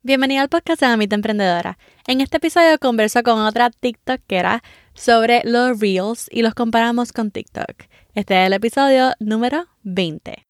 Bienvenido al podcast de Mamita Emprendedora. En este episodio converso con otra TikTokera sobre los Reels y los comparamos con TikTok. Este es el episodio número 20.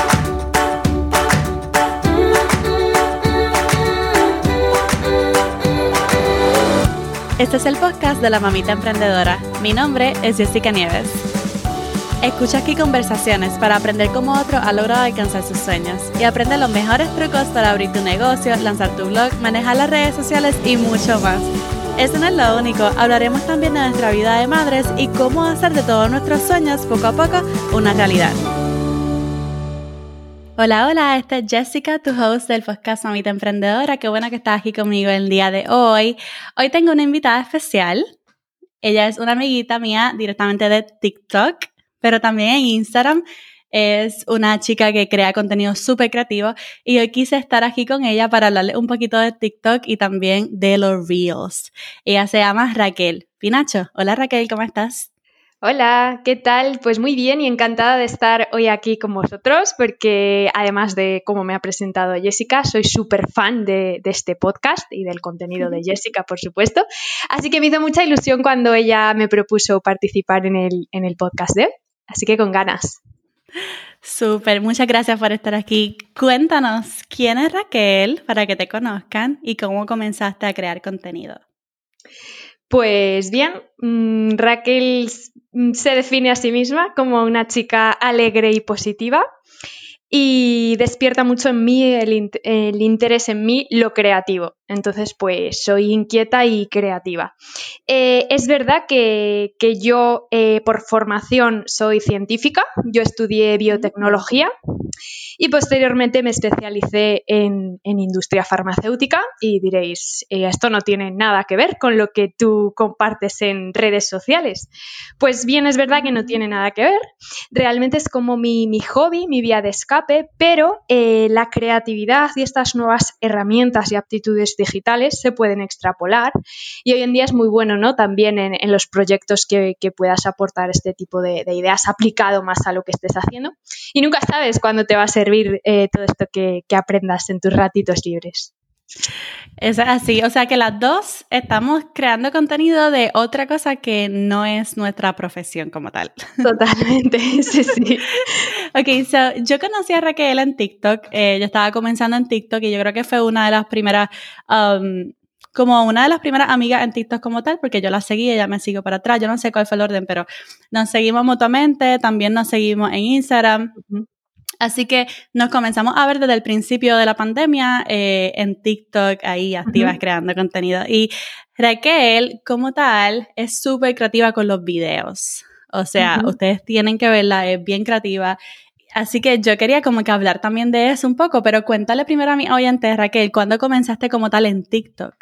Este es el podcast de la Mamita Emprendedora. Mi nombre es Jessica Nieves. Escucha aquí conversaciones para aprender cómo otro ha logrado alcanzar sus sueños y aprende los mejores trucos para abrir tu negocio, lanzar tu blog, manejar las redes sociales y mucho más. Eso no es lo único, hablaremos también de nuestra vida de madres y cómo hacer de todos nuestros sueños poco a poco una realidad. Hola, esta es Jessica, tu host del podcast Mamita Emprendedora. Qué bueno que estás aquí conmigo el día de hoy. Hoy tengo una invitada especial. Ella es una amiguita mía directamente de TikTok, pero también en Instagram. Es una chica que crea contenido súper creativo y hoy quise estar aquí con ella para hablarle un poquito de TikTok y también de los Reels. Ella se llama Raquel Pinacho. Hola Raquel, ¿cómo estás? Hola, ¿qué tal? Pues muy bien y encantada de estar hoy aquí con vosotros porque además de cómo me ha presentado Jessica, soy súper fan de este podcast y del contenido de Jessica, por supuesto. Así que me hizo mucha ilusión cuando ella me propuso participar en el podcast de hoy. Así que con ganas. Súper, muchas gracias por estar aquí. Cuéntanos, ¿quién es Raquel para que te conozcan y cómo comenzaste a crear contenido? Pues bien, Raquel se define a sí misma como una chica alegre y positiva y despierta mucho en mí el interés en mí, lo creativo. Entonces, pues soy inquieta y creativa. Es verdad que yo por formación soy científica, yo estudié biotecnología y posteriormente me especialicé en industria farmacéutica y diréis, esto no tiene nada que ver con lo que tú compartes en redes sociales. Pues bien, es verdad que no tiene nada que ver, realmente es como mi hobby, mi vía de escape, pero la creatividad y estas nuevas herramientas y aptitudes digitales se pueden extrapolar y hoy en día es muy bueno, ¿no? También en los proyectos que puedas aportar este tipo de ideas aplicado más a lo que estés haciendo y nunca sabes cuándo te va a servir todo esto que aprendas en tus ratitos libres. Es así, o sea que las dos estamos creando contenido de otra cosa que no es nuestra profesión como tal. Totalmente, sí. Ok, yo conocí a Raquel en TikTok, yo estaba comenzando en TikTok y yo creo que fue una de las primeras, como una de las primeras amigas en TikTok como tal, porque yo la seguí, ella me siguió para atrás, yo no sé cuál fue el orden, pero nos seguimos mutuamente, también nos seguimos en Instagram. Uh-huh. Así que nos comenzamos a ver desde el principio de la pandemia en TikTok, ahí activas creando contenido. Y Raquel, como tal, es súper creativa con los videos. O sea, ustedes tienen que verla, es bien creativa. Así que yo quería como que hablar también de eso un poco, pero cuéntale primero a mi oyente, Raquel, ¿cuándo comenzaste como tal en TikTok?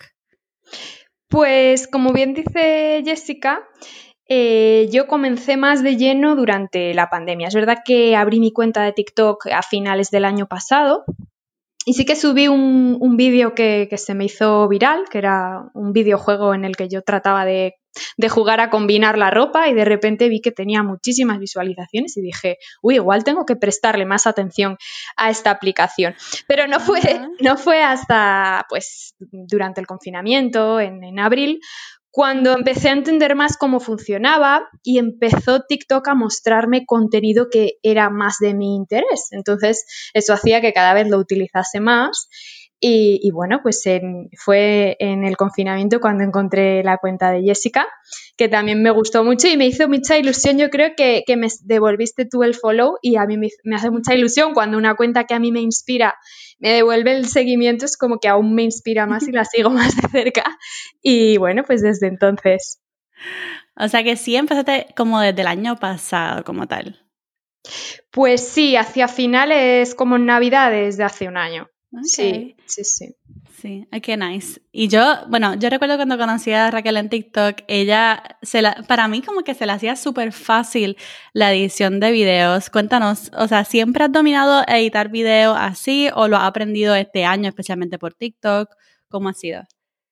Pues como bien dice Jessica, yo comencé más de lleno durante la pandemia. Es verdad que abrí mi cuenta de TikTok a finales del año pasado y sí que subí un vídeo que se me hizo viral, que era un videojuego en el que yo trataba de jugar a combinar la ropa y de repente vi que tenía muchísimas visualizaciones y dije, igual tengo que prestarle más atención a esta aplicación. Pero no fue hasta pues durante el confinamiento, en abril, cuando empecé a entender más cómo funcionaba y empezó TikTok a mostrarme contenido que era más de mi interés. Entonces, eso hacía que cada vez lo utilizase más. Y bueno, pues fue en el confinamiento cuando encontré la cuenta de Jessica, que también me gustó mucho y me hizo mucha ilusión. Yo creo que me devolviste tú el follow y a mí me hace mucha ilusión cuando una cuenta que a mí me inspira me devuelve el seguimiento, es como que aún me inspira más y la sigo más de cerca. Y bueno, pues desde entonces. O sea que sí empezaste como desde el año pasado como tal. Pues sí, hacia finales como en Navidades de hace un año. Okay. Sí. Sí, qué nice. Y yo recuerdo cuando conocí a Raquel en TikTok, ella, para mí como que se le hacía súper fácil la edición de videos. Cuéntanos, o sea, ¿siempre has dominado editar videos así o lo has aprendido este año especialmente por TikTok? ¿Cómo ha sido?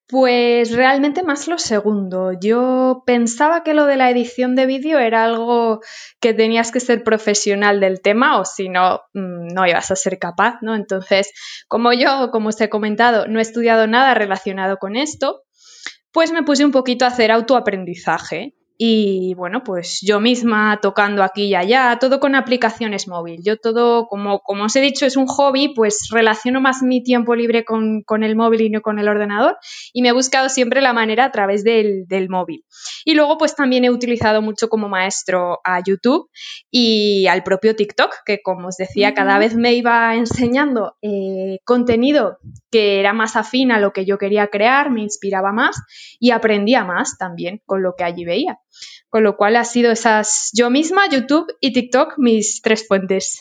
Pues realmente más lo segundo. Yo pensaba que lo de la edición de vídeo era algo que tenías que ser profesional del tema o si no, no ibas a ser capaz, ¿no? Entonces, como os he comentado, no he estudiado nada relacionado con esto, pues me puse un poquito a hacer autoaprendizaje. Y bueno, pues yo misma tocando aquí y allá, todo con aplicaciones móviles. Yo todo, como os he dicho, es un hobby, pues relaciono más mi tiempo libre con el móvil y no con el ordenador. Y me he buscado siempre la manera a través del móvil. Y luego pues también he utilizado mucho como maestro a YouTube y al propio TikTok, que como os decía, cada vez me iba enseñando contenido que era más afín a lo que yo quería crear, me inspiraba más y aprendía más también con lo que allí veía. Con lo cual ha sido yo misma, YouTube y TikTok, mis 3 fuentes.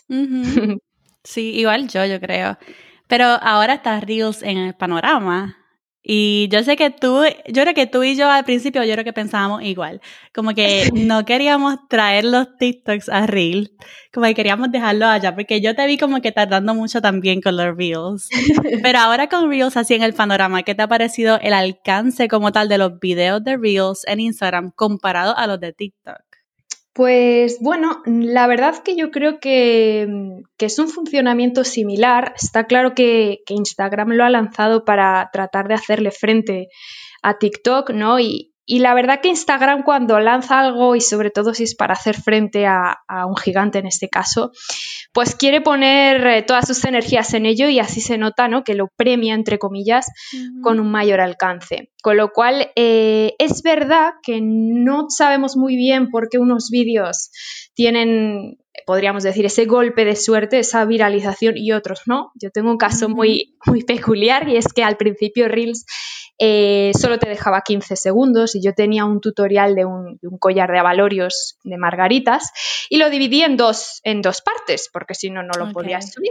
Sí, igual yo creo. Pero ahora está Reels en el panorama. Y yo sé que yo creo que tú y yo al principio, yo creo que pensábamos igual. Como que no queríamos traer los TikToks a Reels, como que queríamos dejarlo allá, porque yo te vi como que tardando mucho también con los Reels. Pero ahora con Reels así en el panorama, ¿qué te ha parecido el alcance como tal de los videos de Reels en Instagram comparado a los de TikTok? Pues bueno, la verdad que yo creo que es un funcionamiento similar. Está claro que Instagram lo ha lanzado para tratar de hacerle frente a TikTok, ¿no? Y la verdad que Instagram cuando lanza algo y sobre todo si es para hacer frente a un gigante en este caso, pues quiere poner todas sus energías en ello y así se nota, ¿no? Que lo premia, entre comillas, con un mayor alcance. Con lo cual, es verdad que no sabemos muy bien por qué unos vídeos tienen, podríamos decir, ese golpe de suerte, esa viralización y otros no. Yo tengo un caso muy peculiar y es que al principio Reels solo te dejaba 15 segundos y yo tenía un tutorial de un collar de abalorios de margaritas y lo dividí en dos partes porque si no, no lo podías subir.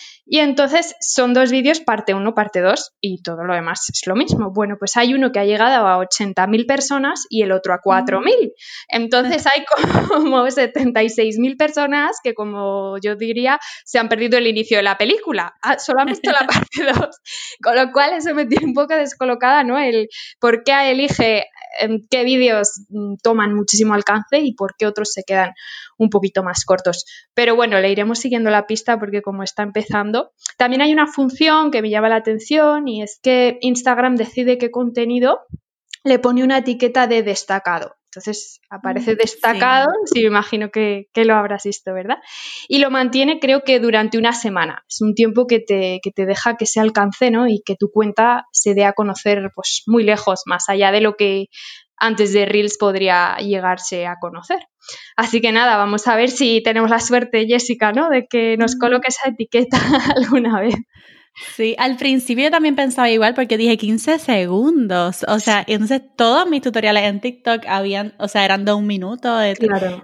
Y entonces son 2 vídeos, parte 1, parte 2 y todo lo demás es lo mismo. Bueno, pues hay uno que ha llegado a 80.000 personas y el otro a 4.000. Entonces hay como 76.000 personas que, como yo diría, se han perdido el inicio de la película. Solo han visto la parte 2. Con lo cual eso me tiene un poco descolocada, ¿no? El por qué elige qué vídeos toman muchísimo alcance y por qué otros se quedan un poquito más cortos. Pero bueno, le iremos siguiendo la pista porque como está empezando. También hay una función que me llama la atención y es que Instagram decide qué contenido le pone una etiqueta de destacado. Entonces aparece destacado, sí, me imagino que lo habrás visto, ¿verdad? Y lo mantiene creo que durante una semana. Es un tiempo que te deja que se alcance, ¿no? Y que tu cuenta se dé a conocer pues muy lejos, más allá de lo que antes de Reels podría llegarse a conocer. Así que nada, vamos a ver si tenemos la suerte, Jessica, ¿no? De que nos coloque esa etiqueta alguna vez. Sí, al principio yo también pensaba igual porque dije 15 segundos, o sea, entonces todos mis tutoriales en TikTok eran de 1 minuto, Claro.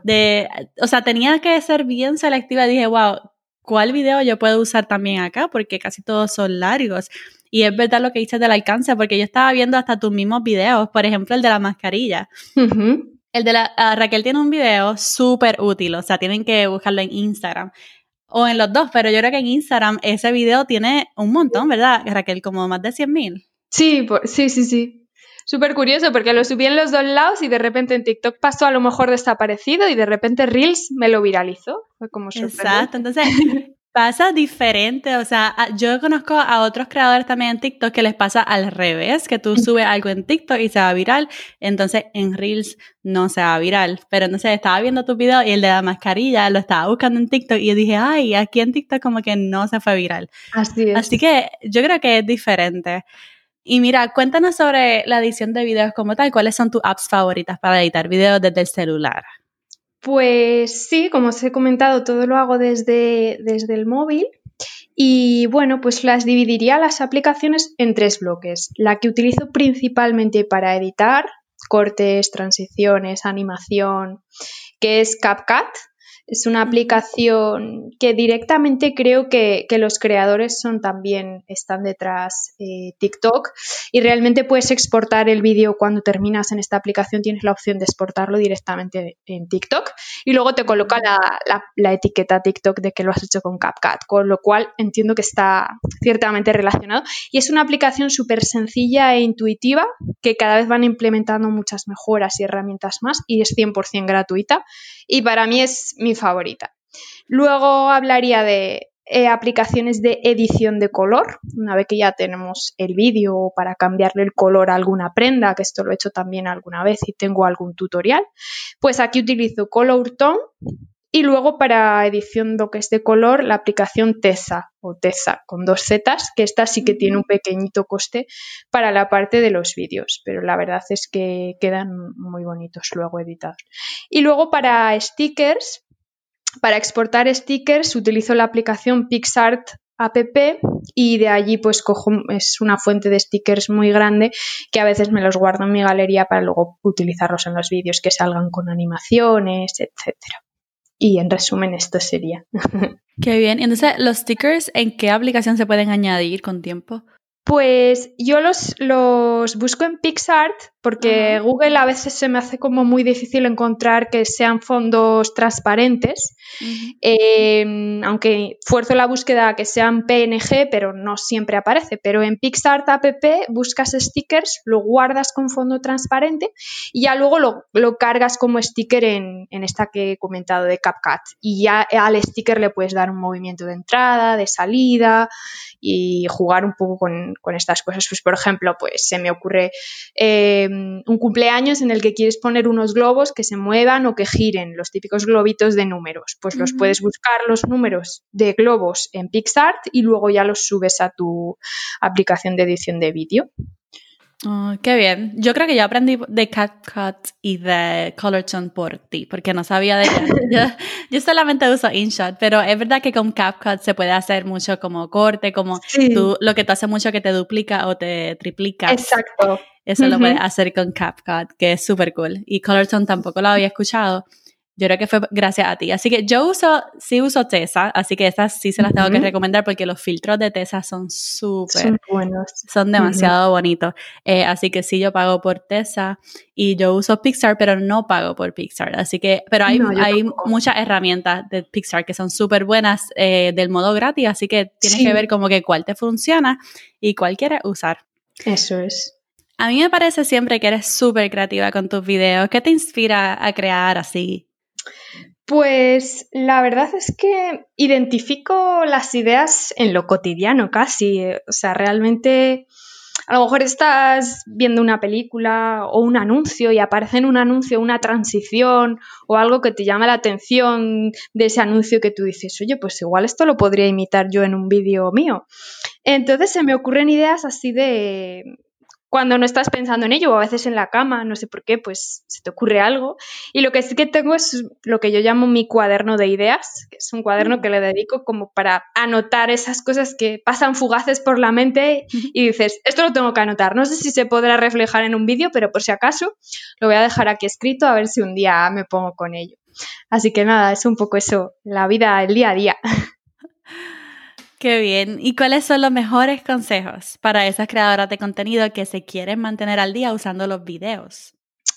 o sea, tenía que ser bien selectiva, dije, wow, ¿cuál video yo puedo usar también acá? Porque casi todos son largos. Y es verdad lo que dices del alcance, porque yo estaba viendo hasta tus mismos videos, por ejemplo, el de la mascarilla. El de Raquel tiene un video súper útil, o sea, tienen que buscarlo en Instagram. O en los dos, pero yo creo que en Instagram ese video tiene un montón, ¿verdad, Raquel? Como más de 100.000. Sí, sí. Súper curioso porque lo subí en los 2 lados y de repente en TikTok pasó a lo mejor desaparecido y de repente Reels me lo viralizó. Fue como sorprendente. Exacto, entonces pasa diferente, o sea, yo conozco a otros creadores también en TikTok que les pasa al revés, que tú subes algo en TikTok y se va viral, entonces en Reels no se va viral, pero entonces estaba viendo tu video y el de la mascarilla lo estaba buscando en TikTok y yo dije, ay, aquí en TikTok como que no se fue viral. Así es. Así que yo creo que es diferente. Y mira, cuéntanos sobre la edición de videos como tal, ¿cuáles son tus apps favoritas para editar videos desde el celular? Pues sí, como os he comentado, todo lo hago desde el móvil y bueno, pues las dividiría las aplicaciones en 3 bloques. La que utilizo principalmente para editar cortes, transiciones, animación, que es CapCut, Es una aplicación que directamente creo que los creadores están detrás TikTok, y realmente puedes exportar el vídeo cuando terminas en esta aplicación, tienes la opción de exportarlo directamente en TikTok y luego te coloca la etiqueta TikTok de que lo has hecho con CapCut, con lo cual entiendo que está ciertamente relacionado, y es una aplicación súper sencilla e intuitiva que cada vez van implementando muchas mejoras y herramientas más, y es 100% gratuita y para mí es mi favorita. Luego hablaría de aplicaciones de edición de color, una vez que ya tenemos el vídeo para cambiarle el color a alguna prenda, que esto lo he hecho también alguna vez y tengo algún tutorial, pues aquí utilizo Color Tone, y luego para edición lo que es de color la aplicación Teza o Teza con 2 zetas, que esta sí que tiene un pequeñito coste para la parte de los vídeos, pero la verdad es que quedan muy bonitos luego editados. Y luego para stickers, para exportar stickers utilizo la aplicación PixArt app, y de allí pues es una fuente de stickers muy grande que a veces me los guardo en mi galería para luego utilizarlos en los vídeos que salgan con animaciones, etcétera. Y en resumen esto sería. Qué bien. Entonces, ¿los stickers en qué aplicación se pueden añadir con tiempo? Pues yo los busco en PixArt porque Google a veces se me hace como muy difícil encontrar que sean fondos transparentes, aunque fuerzo la búsqueda a que sean PNG, pero no siempre aparece. Pero en PixArt app buscas stickers, lo guardas con fondo transparente y ya luego lo cargas como sticker en esta que he comentado de CapCut, y ya al sticker le puedes dar un movimiento de entrada, de salida y jugar un poco con estas cosas. Pues por ejemplo, pues se me ocurre un cumpleaños en el que quieres poner unos globos que se muevan o que giren, los típicos globitos de números, pues los puedes buscar los números de globos en PixArt y luego ya los subes a tu aplicación de edición de vídeo. Oh, qué bien. Yo creo que yo aprendí de CapCut y de Colortone por ti, porque no sabía de yo solamente uso InShot, pero es verdad que con CapCut se puede hacer mucho como corte, como lo que tú haces mucho que te duplica o te triplica. Exacto. Eso lo puedes hacer con CapCut, que es súper cool. Y Colortone tampoco lo había escuchado. Yo creo que fue gracias a ti. Así que yo sí uso Teza, así que estas sí se las tengo que recomendar porque los filtros de Teza son súper buenos. Son demasiado bonitos. Así que sí, yo pago por Teza y yo uso Pixar, pero no pago por Pixar. Así que, pero hay muchas herramientas de Pixar que son súper buenas del modo gratis, así que tienes que ver como que cuál te funciona y cuál quieres usar. Eso es. A mí me parece siempre que eres súper creativa con tus videos. ¿Qué te inspira a crear así? Pues la verdad es que identifico las ideas en lo cotidiano casi. O sea, realmente a lo mejor estás viendo una película o un anuncio y aparece en un anuncio una transición o algo que te llama la atención de ese anuncio que tú dices, oye, pues igual esto lo podría imitar yo en un vídeo mío. Entonces se me ocurren ideas así de cuando no estás pensando en ello, o a veces en la cama, no sé por qué, pues se te ocurre algo. Y lo que sí que tengo es lo que yo llamo mi cuaderno de ideas, que es un cuaderno que le dedico como para anotar esas cosas que pasan fugaces por la mente y dices, esto lo tengo que anotar. No sé si se podrá reflejar en un vídeo, pero por si acaso lo voy a dejar aquí escrito a ver si un día me pongo con ello. Así que nada, es un poco eso, la vida, el día a día. Qué bien. ¿Y cuáles son los mejores consejos para esas creadoras de contenido que se quieren mantener al día usando los videos?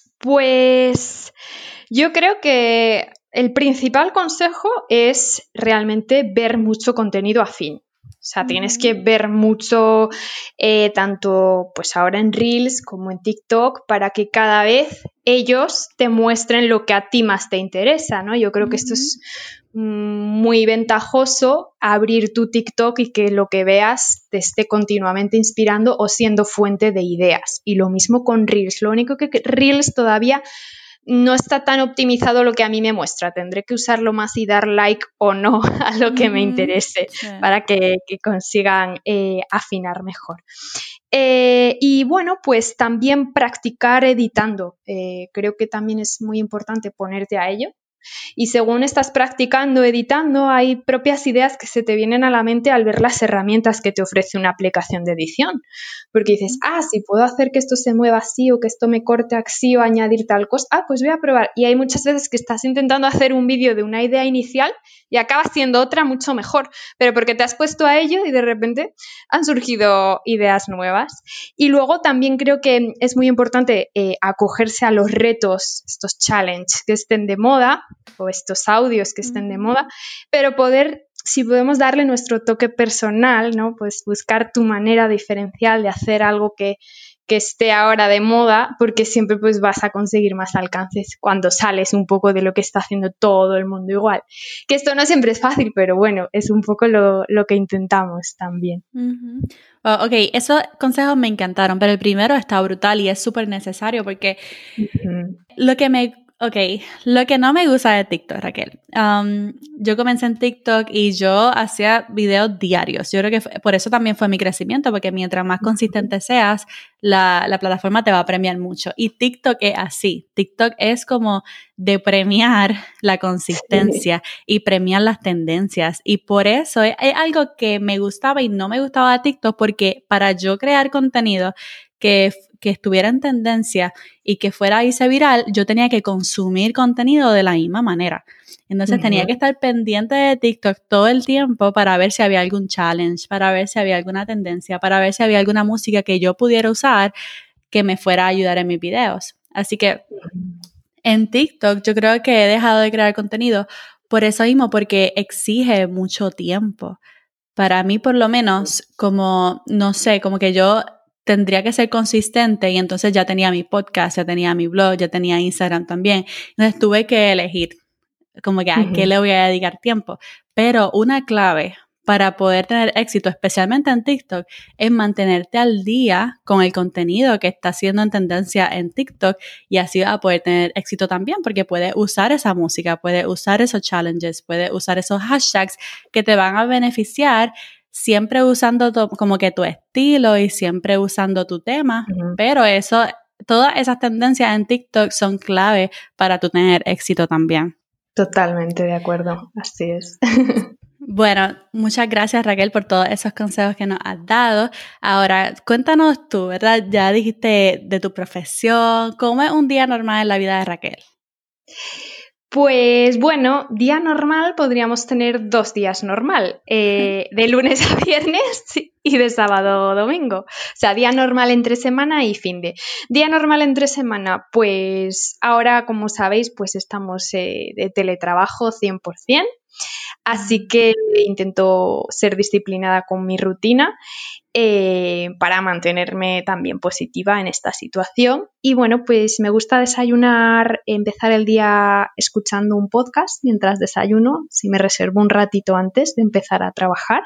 Pues yo creo que el principal consejo es realmente ver mucho contenido afín. O sea, tienes que ver mucho, tanto pues ahora en Reels como en TikTok, para que cada vez ellos te muestren lo que a ti más te interesa, ¿no? Yo creo que esto es muy ventajoso, abrir tu TikTok y que lo que veas te esté continuamente inspirando o siendo fuente de ideas. Y lo mismo con Reels. Lo único que Reels todavía no está tan optimizado lo que a mí me muestra. Tendré que usarlo más y dar like o no a lo que me interese para que consigan afinar mejor. Y bueno, pues también practicar editando. Creo que también es muy importante ponerte a ello. Y según estás practicando, editando, hay propias ideas que se te vienen a la mente al ver las herramientas que te ofrece una aplicación de edición. Porque dices, si puedo hacer que esto se mueva así o que esto me corte así o añadir tal cosa, pues voy a probar. Y hay muchas veces que estás intentando hacer un vídeo de una idea inicial y acaba siendo otra mucho mejor, pero porque te has puesto a ello y de repente han surgido ideas nuevas. Y luego también creo que es muy importante acogerse a los retos, estos challenges que estén de moda o estos audios que estén de moda, pero si podemos darle nuestro toque personal, ¿no? Pues buscar tu manera diferencial de hacer algo que esté ahora de moda, porque siempre pues vas a conseguir más alcances cuando sales un poco de lo que está haciendo todo el mundo igual. Que esto no siempre es fácil, pero bueno, es un poco lo que intentamos también. Uh-huh. Ok, esos consejos me encantaron, pero el primero está brutal y es súper necesario porque lo que no me gusta de TikTok, Raquel, yo comencé en TikTok y yo hacía videos diarios. Yo creo que por eso también fue mi crecimiento, porque mientras más consistente seas, la plataforma te va a premiar mucho. Y TikTok es así. TikTok es como de premiar la consistencia y premiar las tendencias. Y por eso es algo que me gustaba y no me gustaba de TikTok, porque para yo crear contenido que estuviera en tendencia y que fuera a irse viral, yo tenía que consumir contenido de la misma manera. Entonces tenía que estar pendiente de TikTok todo el tiempo para ver si había algún challenge, para ver si había alguna tendencia, para ver si había alguna música que yo pudiera usar que me fuera a ayudar en mis videos. Así que en TikTok yo creo que he dejado de crear contenido por eso mismo, porque exige mucho tiempo. Para mí, por lo menos, como, no sé, como que yo tendría que ser consistente y entonces ya tenía mi podcast, ya tenía mi blog, ya tenía Instagram también. Entonces tuve que elegir como que a qué le voy a dedicar tiempo. Pero una clave para poder tener éxito, especialmente en TikTok, es mantenerte al día con el contenido que está siendo en tendencia en TikTok y así vas a poder tener éxito también, porque puedes usar esa música, puedes usar esos challenges, puedes usar esos hashtags que te van a beneficiar, siempre usando como que tu estilo y siempre usando tu tema, pero todas esas tendencias en TikTok son clave para tu tener éxito también. Totalmente de acuerdo, así es. Bueno, muchas gracias, Raquel, por todos esos consejos que nos has dado. Ahora, cuéntanos tú, ¿verdad? Ya dijiste de tu profesión. ¿Cómo es un día normal en la vida de Raquel? Pues bueno, día normal podríamos tener 2 días normal, de lunes a viernes y de sábado a domingo. O sea, día normal entre semana y fin de. Día normal entre semana, pues ahora, como sabéis, pues estamos de teletrabajo 100%. Así que intento ser disciplinada con mi rutina para mantenerme también positiva en esta situación. Y bueno, pues me gusta desayunar, empezar el día escuchando un podcast mientras desayuno, si me reservo un ratito antes de empezar a trabajar.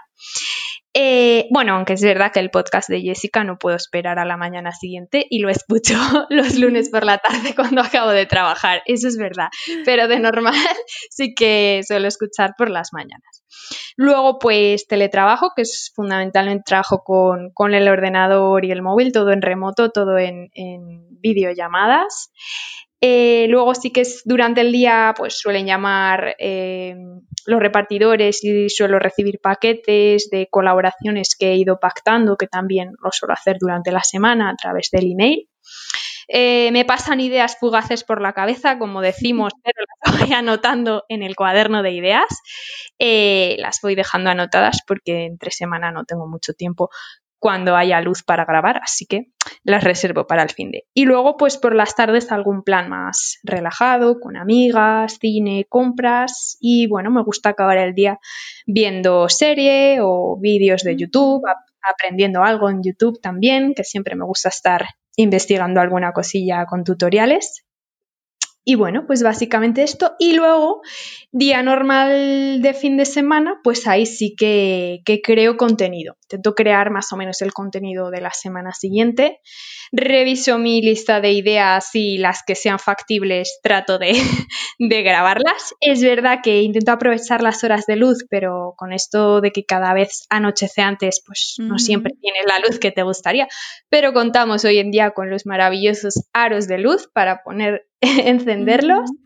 Bueno, aunque es verdad que el podcast de Jessica no puedo esperar a la mañana siguiente y lo escucho los lunes por la tarde cuando acabo de trabajar, eso es verdad, pero de normal sí que suelo escuchar por las mañanas. Luego, pues teletrabajo, que es fundamentalmente trabajo con el ordenador y el móvil, todo en remoto, todo en videollamadas. Luego sí que es durante el día, pues suelen llamar los repartidores y suelo recibir paquetes de colaboraciones que he ido pactando, que también lo suelo hacer durante la semana a través del email. Me pasan ideas fugaces por la cabeza, como decimos, pero las voy anotando en el cuaderno de ideas. Las voy dejando anotadas porque entre semana no tengo mucho tiempo cuando haya luz para grabar, así que las reservo para el finde. Y luego, pues por las tardes algún plan más relajado, con amigas, cine, compras y bueno, me gusta acabar el día viendo serie o vídeos de YouTube, aprendiendo algo en YouTube también, que siempre me gusta estar investigando alguna cosilla con tutoriales. Y bueno, pues básicamente esto. Y luego, día normal de fin de semana, pues ahí sí que creo contenido. Intento crear más o menos el contenido de la semana siguiente. Reviso mi lista de ideas y las que sean factibles trato de grabarlas. Es verdad que intento aprovechar las horas de luz, pero con esto de que cada vez anochece antes, pues no siempre tienes la luz que te gustaría. Pero contamos hoy en día con los maravillosos aros de luz para encenderlos.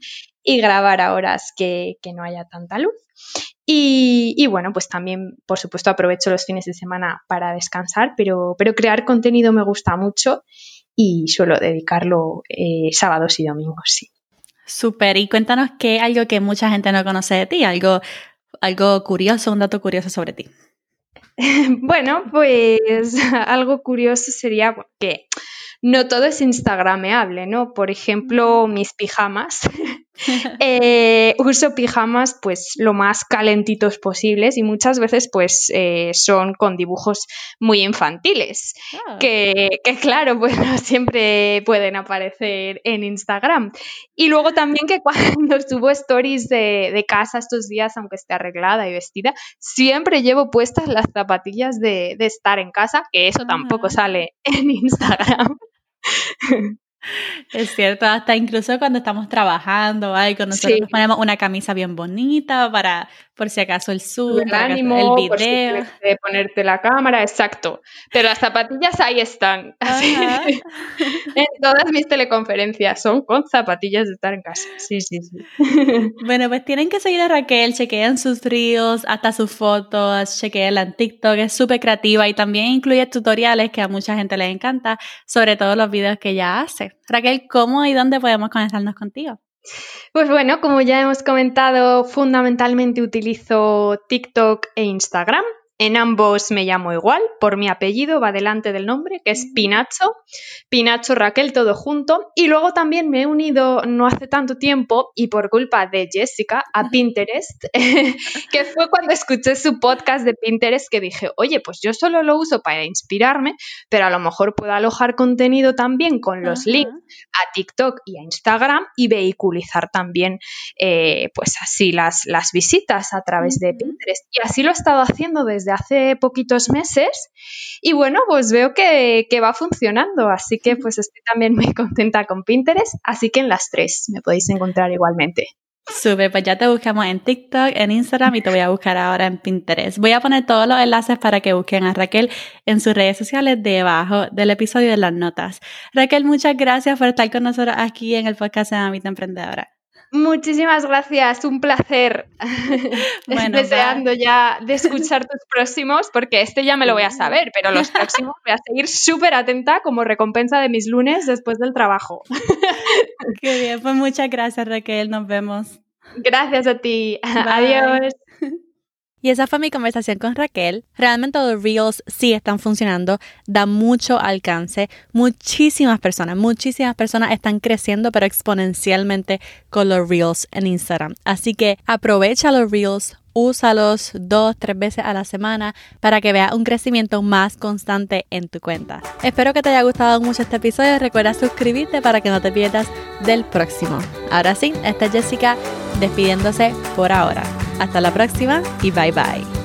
y grabar a horas que no haya tanta luz. Y bueno, pues también, por supuesto, aprovecho los fines de semana para descansar, pero crear contenido me gusta mucho y suelo dedicarlo sábados y domingos, sí. Súper, y cuéntanos algo que mucha gente no conoce de ti, algo curioso, un dato curioso sobre ti. Bueno, pues algo curioso sería que no todo es instagrameable, ¿no? Por ejemplo, mis pijamas. Uso pijamas pues lo más calentitos posibles y muchas veces pues son con dibujos muy infantiles que claro, pues no siempre pueden aparecer en Instagram. Y luego también que cuando subo stories de casa estos días, aunque esté arreglada y vestida, siempre llevo puestas las zapatillas de estar en casa, que eso tampoco sale en Instagram. Es cierto, hasta incluso cuando estamos trabajando, nosotros nos ponemos una camisa bien bonita para, por si acaso el Zoom, el ánimo, el video. por si quieres ponerte la cámara, exacto. Pero las zapatillas ahí están. En todas mis teleconferencias son con zapatillas de estar en casa. Sí. Bueno, pues tienen que seguir a Raquel, chequeen sus reels, hasta sus fotos, chequeenla en TikTok, es súper creativa y también incluye tutoriales que a mucha gente les encanta, sobre todo los videos que ella hace. Raquel, ¿cómo y dónde podemos conectarnos contigo? Pues bueno, como ya hemos comentado, fundamentalmente utilizo TikTok e Instagram. En ambos me llamo igual, por mi apellido va delante del nombre, que es Pinacho Raquel, todo junto. Y luego también me he unido no hace tanto tiempo y por culpa de Jessica a Pinterest, que fue cuando escuché su podcast de Pinterest que dije, oye, pues yo solo lo uso para inspirarme, pero a lo mejor puedo alojar contenido también con los links a TikTok y a Instagram y vehiculizar también pues así las visitas a través de Pinterest. Y así lo he estado haciendo desde hace poquitos meses y bueno, pues veo que va funcionando, así que pues estoy también muy contenta con Pinterest, así que en las tres me podéis encontrar igualmente. Súper, pues ya te buscamos en TikTok, en Instagram y te voy a buscar ahora en Pinterest. Voy a poner todos los enlaces para que busquen a Raquel en sus redes sociales debajo del episodio de las notas. Raquel, muchas gracias por estar con nosotros aquí en el podcast de Mamita Emprendedora. Muchísimas gracias, un placer. Bueno, deseando ya de escuchar tus próximos, porque este ya me lo voy a saber, pero los próximos voy a seguir súper atenta como recompensa de mis lunes después del trabajo. Qué bien, pues muchas gracias Raquel, nos vemos. Gracias a ti, adiós. Y esa fue mi conversación con Raquel. Realmente los Reels sí están funcionando, dan mucho alcance. Muchísimas personas están creciendo, pero exponencialmente con los Reels en Instagram. Así que aprovecha los Reels, úsalos 2-3 veces a la semana para que veas un crecimiento más constante en tu cuenta. Espero que te haya gustado mucho este episodio. Recuerda suscribirte para que no te pierdas del próximo. Ahora sí, esta es Jessica despidiéndose por ahora. Hasta la próxima y bye bye.